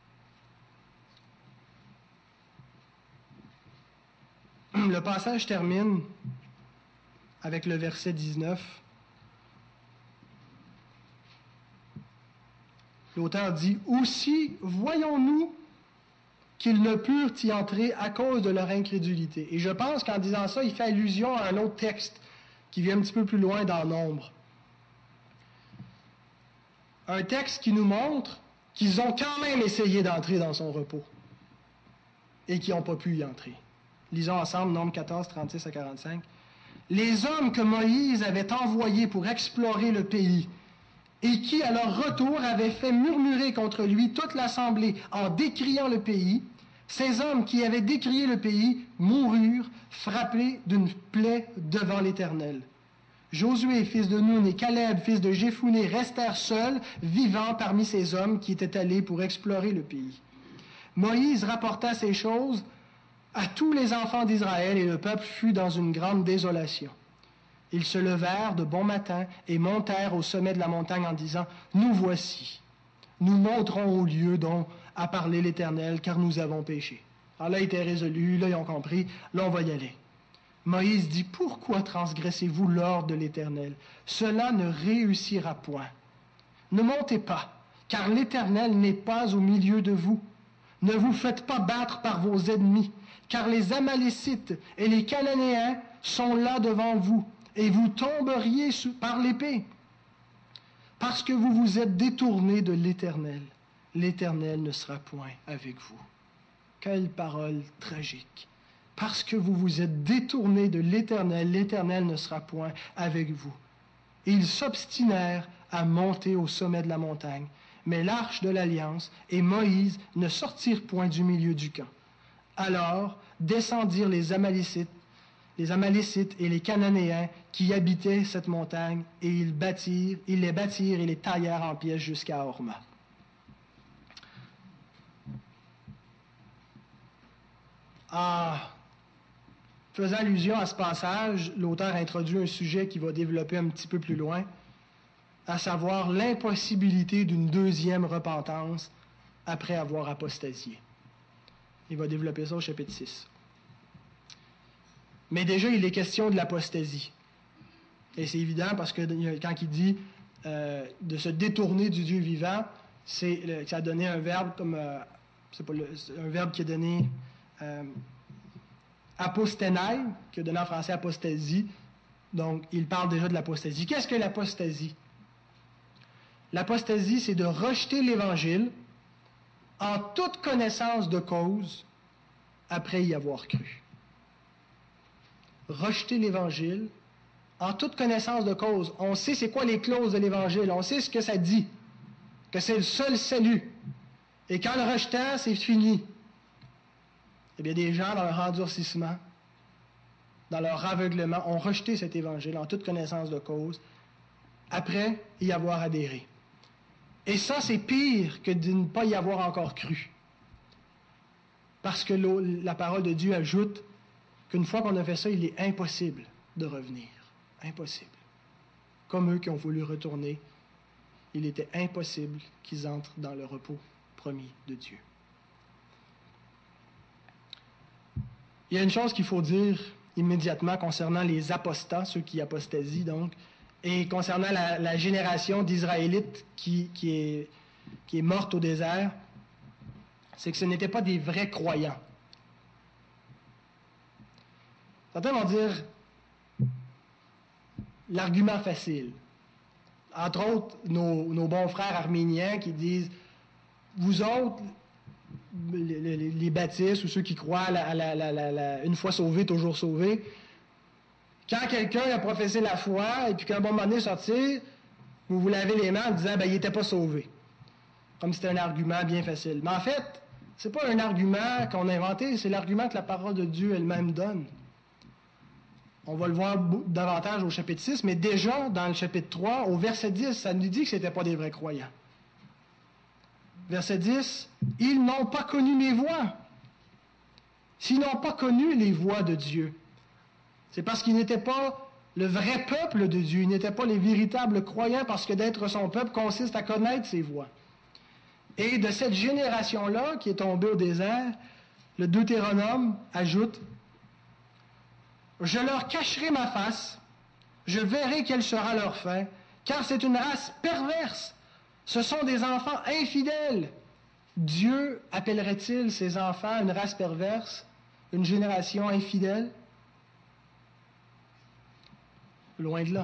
Le passage termine avec le verset dix-neuf. L'auteur dit « Aussi voyons-nous qu'ils ne purent y entrer à cause de leur incrédulité. » Et je pense qu'en disant ça, il fait allusion à un autre texte qui vient un petit peu plus loin dans Nombre. Un texte qui nous montre qu'ils ont quand même essayé d'entrer dans son repos et qui n'ont pas pu y entrer. Lisons ensemble Nombre quatorze, trente-six à quarante-cinq. « Les hommes que Moïse avait envoyés pour explorer le pays et qui, à leur retour, avaient fait murmurer contre lui toute l'assemblée en décriant le pays, ces hommes qui avaient décrié le pays moururent, frappés d'une plaie devant l'Éternel. Josué, fils de Nun, et Caleb, fils de Jéphuné, restèrent seuls, vivants parmi ces hommes qui étaient allés pour explorer le pays. Moïse rapporta ces choses à tous les enfants d'Israël, et le peuple fut dans une grande désolation. Ils se levèrent de bon matin et montèrent au sommet de la montagne en disant, « Nous voici, nous monterons au lieu dont a parlé l'Éternel, car nous avons péché. » Alors là, ils étaient résolus, là, ils ont compris, là, on va y aller. Moïse dit, « Pourquoi transgressez-vous l'ordre de l'Éternel? Cela ne réussira point. Ne montez pas, car l'Éternel n'est pas au milieu de vous. Ne vous faites pas battre par vos ennemis, car les Amalécites et les Cananéens sont là devant vous, et vous tomberiez par l'épée, parce que vous vous êtes détournés de l'Éternel. L'Éternel ne sera point avec vous. » Quelle parole tragique! Parce que vous vous êtes détournés de l'Éternel, l'Éternel ne sera point avec vous. Et ils s'obstinèrent à monter au sommet de la montagne. Mais l'arche de l'Alliance et Moïse ne sortirent point du milieu du camp. Alors descendirent les Amalécites, les Amalécites et les Cananéens qui habitaient cette montagne, et ils bâtirent, ils les bâtirent et les taillèrent en pièces jusqu'à Horma. Ah! Faisant allusion à ce passage, l'auteur introduit un sujet qui va développer un petit peu plus loin, à savoir l'impossibilité d'une deuxième repentance après avoir apostasié. Il va développer ça au chapitre six. Mais déjà, il est question de l'apostasie. Et c'est évident parce que quand il dit euh, de se détourner du Dieu vivant, c'est le, ça a donné un verbe comme euh, c'est pas le, c'est un verbe qui est donné euh, apostenai, qui est donné en français apostasie. Donc, il parle déjà de l'apostasie. Qu'est-ce que l'apostasie? L'apostasie, c'est de rejeter l'Évangile en toute connaissance de cause après y avoir cru. Rejeter l'Évangile en toute connaissance de cause. On sait c'est quoi les clauses de l'Évangile, on sait ce que ça dit, que c'est le seul salut. Et quand le rejetant, c'est fini. Eh bien, des gens, dans leur endurcissement, dans leur aveuglement, ont rejeté cet Évangile en toute connaissance de cause après y avoir adhéré. Et ça, c'est pire que de ne pas y avoir encore cru. Parce que la parole de Dieu ajoute qu'une fois qu'on a fait ça, il est impossible de revenir. Impossible. Comme eux qui ont voulu retourner, il était impossible qu'ils entrent dans le repos promis de Dieu. Il y a une chose qu'il faut dire immédiatement concernant les apostats, ceux qui apostasient donc, et concernant la, la génération d'Israélites qui, qui, est, qui est morte au désert, c'est que ce n'étaient pas des vrais croyants. Certains vont dire l'argument facile. Entre autres, nos, nos bons frères arméniens qui disent « Vous autres, les, les, les baptistes ou ceux qui croient à la, la, la, la, la, une fois sauvé, toujours sauvé, quand quelqu'un a professé la foi et puis qu'à un bon moment donné sorti, vous vous lavez les mains en disant ben, « il n'était pas sauvé ». Comme c'était un argument bien facile. Mais en fait, ce n'est pas un argument qu'on a inventé, c'est l'argument que la parole de Dieu elle-même donne. On va le voir davantage au chapitre six, mais déjà dans le chapitre trois, au verset dix, ça nous dit que ce n'étaient pas des vrais croyants. Verset dix, « Ils n'ont pas connu mes voies. » S'ils n'ont pas connu les voies de Dieu, c'est parce qu'ils n'étaient pas le vrai peuple de Dieu, ils n'étaient pas les véritables croyants, parce que d'être son peuple consiste à connaître ses voies. Et de cette génération-là qui est tombée au désert, le Deutéronome ajoute « Je leur cacherai ma face, je verrai quelle sera leur fin, car c'est une race perverse. Ce sont des enfants infidèles. » Dieu appellerait-il ses enfants une race perverse, une génération infidèle? Loin de là.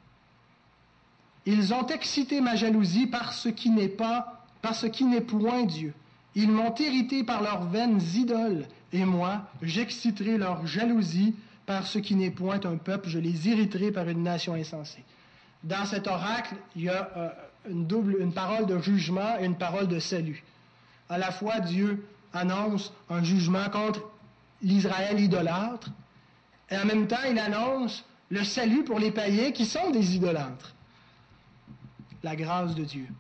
Ils ont excité ma jalousie par ce qui n'est pas, par ce qui n'est point Dieu. Ils m'ont irrité par leurs vaines idoles, et moi, j'exciterai leur jalousie par ce qui n'est point un peuple, je les irriterai par une nation insensée. Dans cet oracle, il y a euh, une double, une parole de jugement et une parole de salut. À la fois, Dieu annonce un jugement contre l'Israël idolâtre, et en même temps, il annonce le salut pour les païens qui sont des idolâtres. La grâce de Dieu.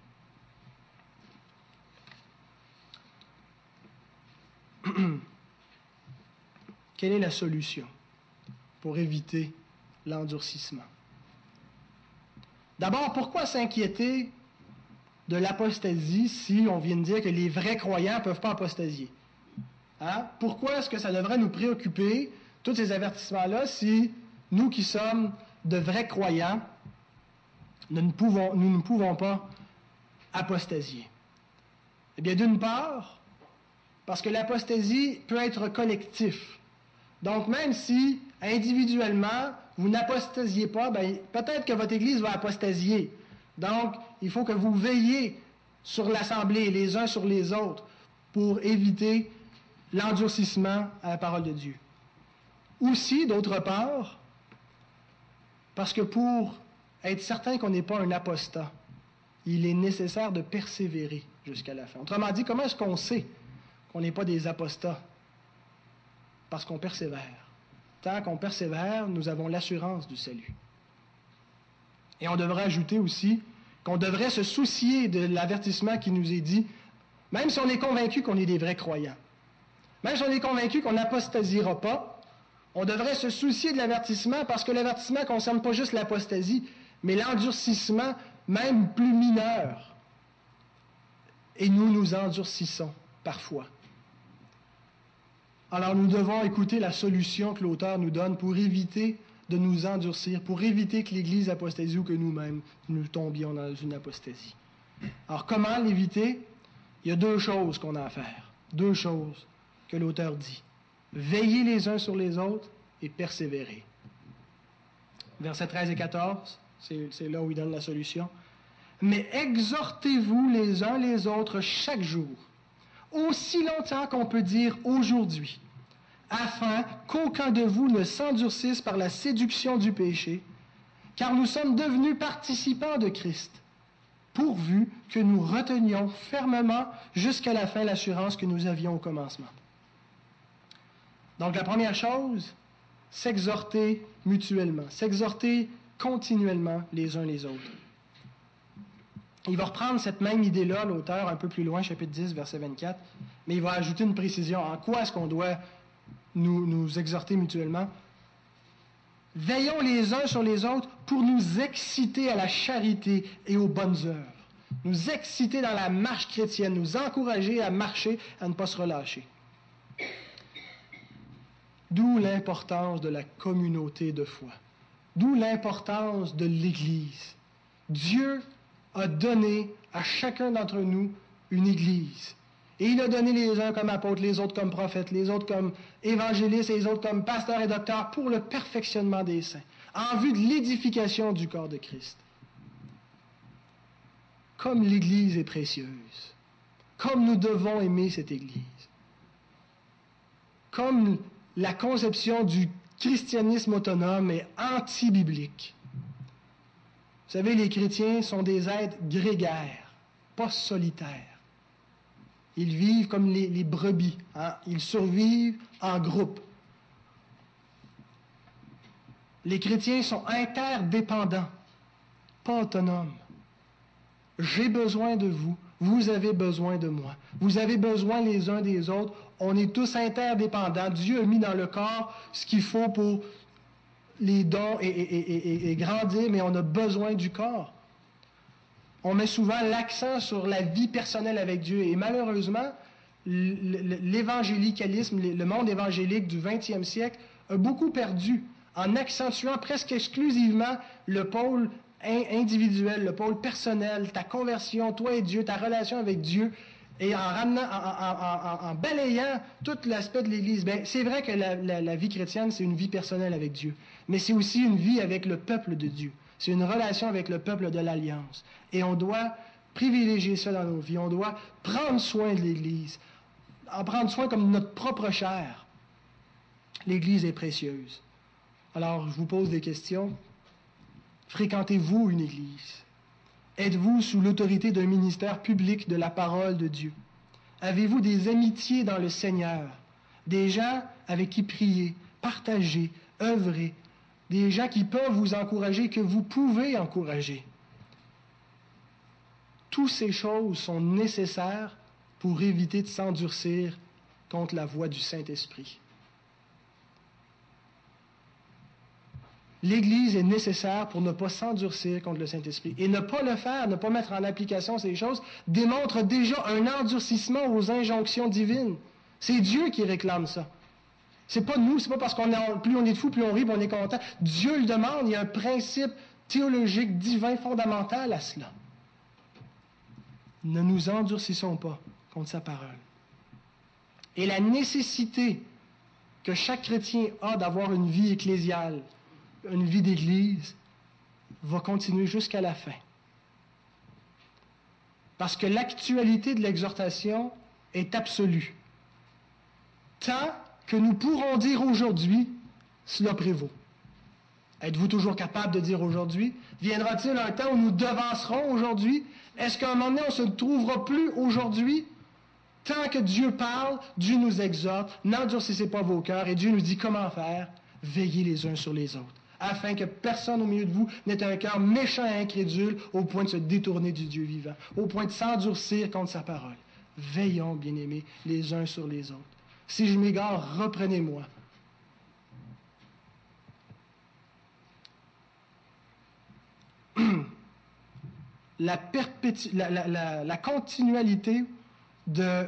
Quelle est la solution pour éviter l'endurcissement? D'abord, pourquoi s'inquiéter de l'apostasie si on vient de dire que les vrais croyants ne peuvent pas apostasier? Hein? Pourquoi est-ce que ça devrait nous préoccuper, tous ces avertissements-là, si nous qui sommes de vrais croyants, nous ne pouvons, nous ne pouvons pas apostasier? Eh bien, d'une part, parce que l'apostasie peut être collectif. Donc, même si, individuellement, vous n'apostasiez pas, bien, peut-être que votre Église va apostasier. Donc, il faut que vous veilliez sur l'Assemblée, les uns sur les autres, pour éviter l'endurcissement à la parole de Dieu. Aussi, d'autre part, parce que pour être certain qu'on n'est pas un apostat, il est nécessaire de persévérer jusqu'à la fin. Autrement dit, comment est-ce qu'on sait qu'on n'est pas des apostats? Parce qu'on persévère. Tant qu'on persévère, nous avons l'assurance du salut. Et on devrait ajouter aussi qu'on devrait se soucier de l'avertissement qui nous est dit, même si on est convaincu qu'on est des vrais croyants. Même si on est convaincu qu'on n'apostasiera pas, on devrait se soucier de l'avertissement parce que l'avertissement ne concerne pas juste l'apostasie, mais l'endurcissement même plus mineur. Et nous nous endurcissons parfois. Alors nous devons écouter la solution que l'auteur nous donne pour éviter de nous endurcir, pour éviter que l'Église apostasie ou que nous-mêmes nous tombions dans une apostasie. Alors comment l'éviter? Il y a deux choses qu'on a à faire. Deux choses que l'auteur dit. Veillez les uns sur les autres et persévérer. Versets treize et quatorze, c'est, c'est là où il donne la solution. Mais exhortez-vous les uns les autres chaque jour, aussi longtemps qu'on peut dire aujourd'hui, afin qu'aucun de vous ne s'endurcisse par la séduction du péché, car nous sommes devenus participants de Christ, pourvu que nous retenions fermement jusqu'à la fin l'assurance que nous avions au commencement. Donc la première chose, s'exhorter mutuellement, s'exhorter continuellement les uns les autres. Il va reprendre cette même idée-là, l'auteur, un peu plus loin, chapitre dix, verset vingt-quatre, mais il va ajouter une précision. En quoi est-ce qu'on doit nous, nous exhorter mutuellement? Veillons les uns sur les autres pour nous exciter à la charité et aux bonnes œuvres. Nous exciter dans la marche chrétienne, nous encourager à marcher, à ne pas se relâcher. D'où l'importance de la communauté de foi. D'où l'importance de l'Église. Dieu a donné à chacun d'entre nous une Église. Et il a donné les uns comme apôtres, les autres comme prophètes, les autres comme évangélistes et les autres comme pasteurs et docteurs pour le perfectionnement des saints, en vue de l'édification du corps de Christ. Comme l'Église est précieuse, comme nous devons aimer cette Église, comme la conception du christianisme autonome est anti-biblique. Vous savez, les chrétiens sont des êtres grégaires, pas solitaires. Ils vivent comme les, les brebis, hein? Ils survivent en groupe. Les chrétiens sont interdépendants, pas autonomes. J'ai besoin de vous, vous avez besoin de moi. Vous avez besoin les uns des autres, on est tous interdépendants. Dieu a mis dans le corps ce qu'il faut pour les dons et, et, et, et, et grandir, mais on a besoin du corps. On met souvent l'accent sur la vie personnelle avec Dieu. Et malheureusement, l'évangélicalisme, le monde évangélique du vingtième siècle a beaucoup perdu en accentuant presque exclusivement le pôle individuel, le pôle personnel, ta conversion, toi et Dieu, ta relation avec Dieu, et en ramenant, en, en, en, en balayant tout l'aspect de l'Église. Bien, c'est vrai que la, la, la vie chrétienne, c'est une vie personnelle avec Dieu, mais c'est aussi une vie avec le peuple de Dieu. C'est une relation avec le peuple de l'Alliance. Et on doit privilégier ça dans nos vies. On doit prendre soin de l'Église, en prendre soin comme notre propre chair. L'Église est précieuse. Alors, je vous pose des questions. Fréquentez-vous une Église? Êtes-vous sous l'autorité d'un ministère public de la parole de Dieu? Avez-vous des amitiés dans le Seigneur? Des gens avec qui prier, partager, œuvrer, des gens qui peuvent vous encourager, que vous pouvez encourager. Toutes ces choses sont nécessaires pour éviter de s'endurcir contre la voix du Saint-Esprit. L'Église est nécessaire pour ne pas s'endurcir contre le Saint-Esprit. Et ne pas le faire, ne pas mettre en application ces choses, démontre déjà un endurcissement aux injonctions divines. C'est Dieu qui réclame ça. C'est pas nous, c'est pas parce qu'on est, plus on est de fou, plus on rit, plus on est content. Dieu le demande, il y a un principe théologique, divin, fondamental à cela. Ne nous endurcissons pas contre sa parole. Et la nécessité que chaque chrétien a d'avoir une vie ecclésiale, une vie d'Église, va continuer jusqu'à la fin. Parce que l'actualité de l'exhortation est absolue. Tant que nous pourrons dire aujourd'hui, cela prévaut. Êtes-vous toujours capable de dire aujourd'hui? Viendra-t-il un temps où nous devancerons aujourd'hui? Est-ce qu'à un moment donné, on ne se trouvera plus aujourd'hui? Tant que Dieu parle, Dieu nous exhorte, n'endurcissez pas vos cœurs, et Dieu nous dit comment faire. Veillez les uns sur les autres, afin que personne au milieu de vous n'ait un cœur méchant et incrédule au point de se détourner du Dieu vivant, au point de s'endurcir contre sa parole. Veillons, bien-aimés, les uns sur les autres. Si je m'égare, reprenez-moi. La, perpétu- la, la, la, la continualité de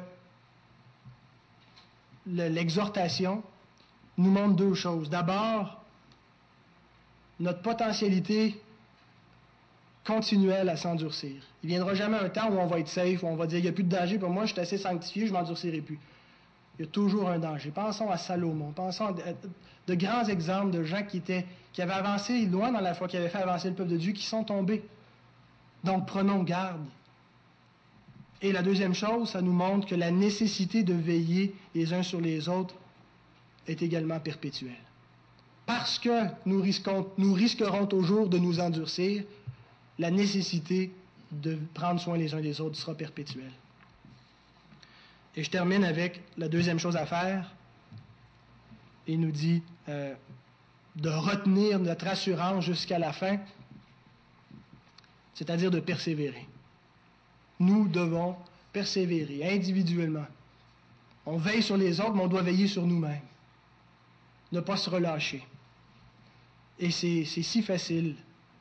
l'exhortation nous montre deux choses. D'abord, notre potentialité continuelle à s'endurcir. Il ne viendra jamais un temps où on va être safe, où on va dire il n'y a plus de danger pour moi, je suis assez sanctifié, je ne m'endurcirai plus. Il y a toujours un danger. Pensons à Salomon, pensons à de, de grands exemples de gens qui, étaient, qui avaient avancé loin dans la foi, qui avaient fait avancer le peuple de Dieu, qui sont tombés. Donc prenons garde. Et la deuxième chose, ça nous montre que la nécessité de veiller les uns sur les autres est également perpétuelle. Parce que nous, risquons, nous risquerons toujours de nous endurcir, la nécessité de prendre soin les uns des autres sera perpétuelle. Et je termine avec la deuxième chose à faire. Il nous dit euh, de retenir notre assurance jusqu'à la fin, c'est-à-dire de persévérer. Nous devons persévérer individuellement. On veille sur les autres, mais on doit veiller sur nous-mêmes. Ne pas se relâcher. Et c'est, c'est si facile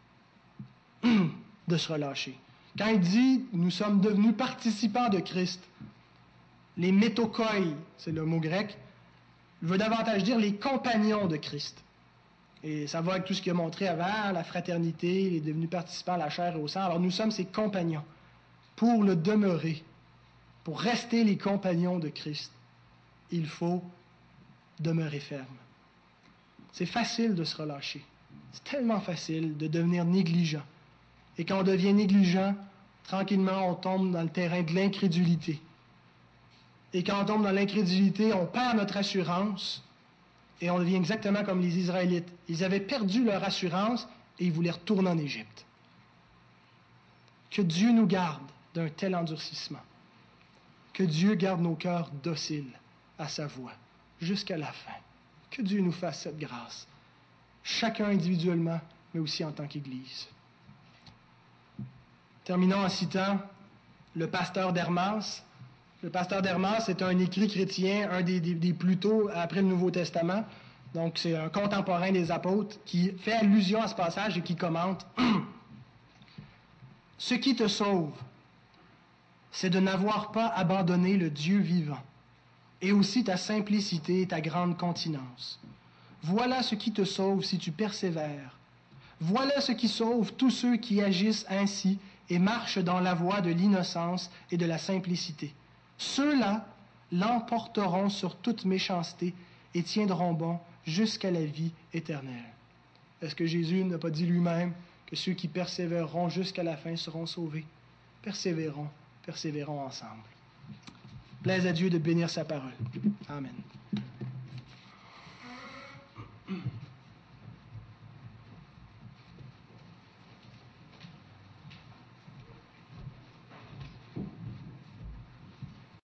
de se relâcher. Quand il dit « nous sommes devenus participants de Christ », les métokoi, c'est le mot grec, veut davantage dire les compagnons de Christ. Et ça va avec tout ce qu'il a montré avant, la fraternité, il est devenu participant à la chair et au sang. Alors nous sommes ses compagnons. Pour le demeurer, pour rester les compagnons de Christ, il faut demeurer ferme. C'est facile de se relâcher. C'est tellement facile de devenir négligent. Et quand on devient négligent, tranquillement, on tombe dans le terrain de l'incrédulité. Et quand on tombe dans l'incrédulité, on perd notre assurance et on devient exactement comme les Israélites. Ils avaient perdu leur assurance et ils voulaient retourner en Égypte. Que Dieu nous garde d'un tel endurcissement. Que Dieu garde nos cœurs dociles à sa voix jusqu'à la fin. Que Dieu nous fasse cette grâce, chacun individuellement, mais aussi en tant qu'Église. Terminons en citant le pasteur d'Hermas. Le pasteur d'Hermas est un écrit chrétien, un des, des, des plus tôt après le Nouveau Testament. Donc, c'est un contemporain des apôtres qui fait allusion à ce passage et qui commente « Ce qui te sauve, c'est de n'avoir pas abandonné le Dieu vivant, et aussi ta simplicité et ta grande continence. Voilà ce qui te sauve si tu persévères. Voilà ce qui sauve tous ceux qui agissent ainsi et marchent dans la voie de l'innocence et de la simplicité. Ceux-là l'emporteront sur toute méchanceté et tiendront bon jusqu'à la vie éternelle. » Est-ce que Jésus n'a pas dit lui-même que ceux qui persévéreront jusqu'à la fin seront sauvés? Persévérons, persévérons ensemble. Plaise à Dieu de bénir sa parole. Amen.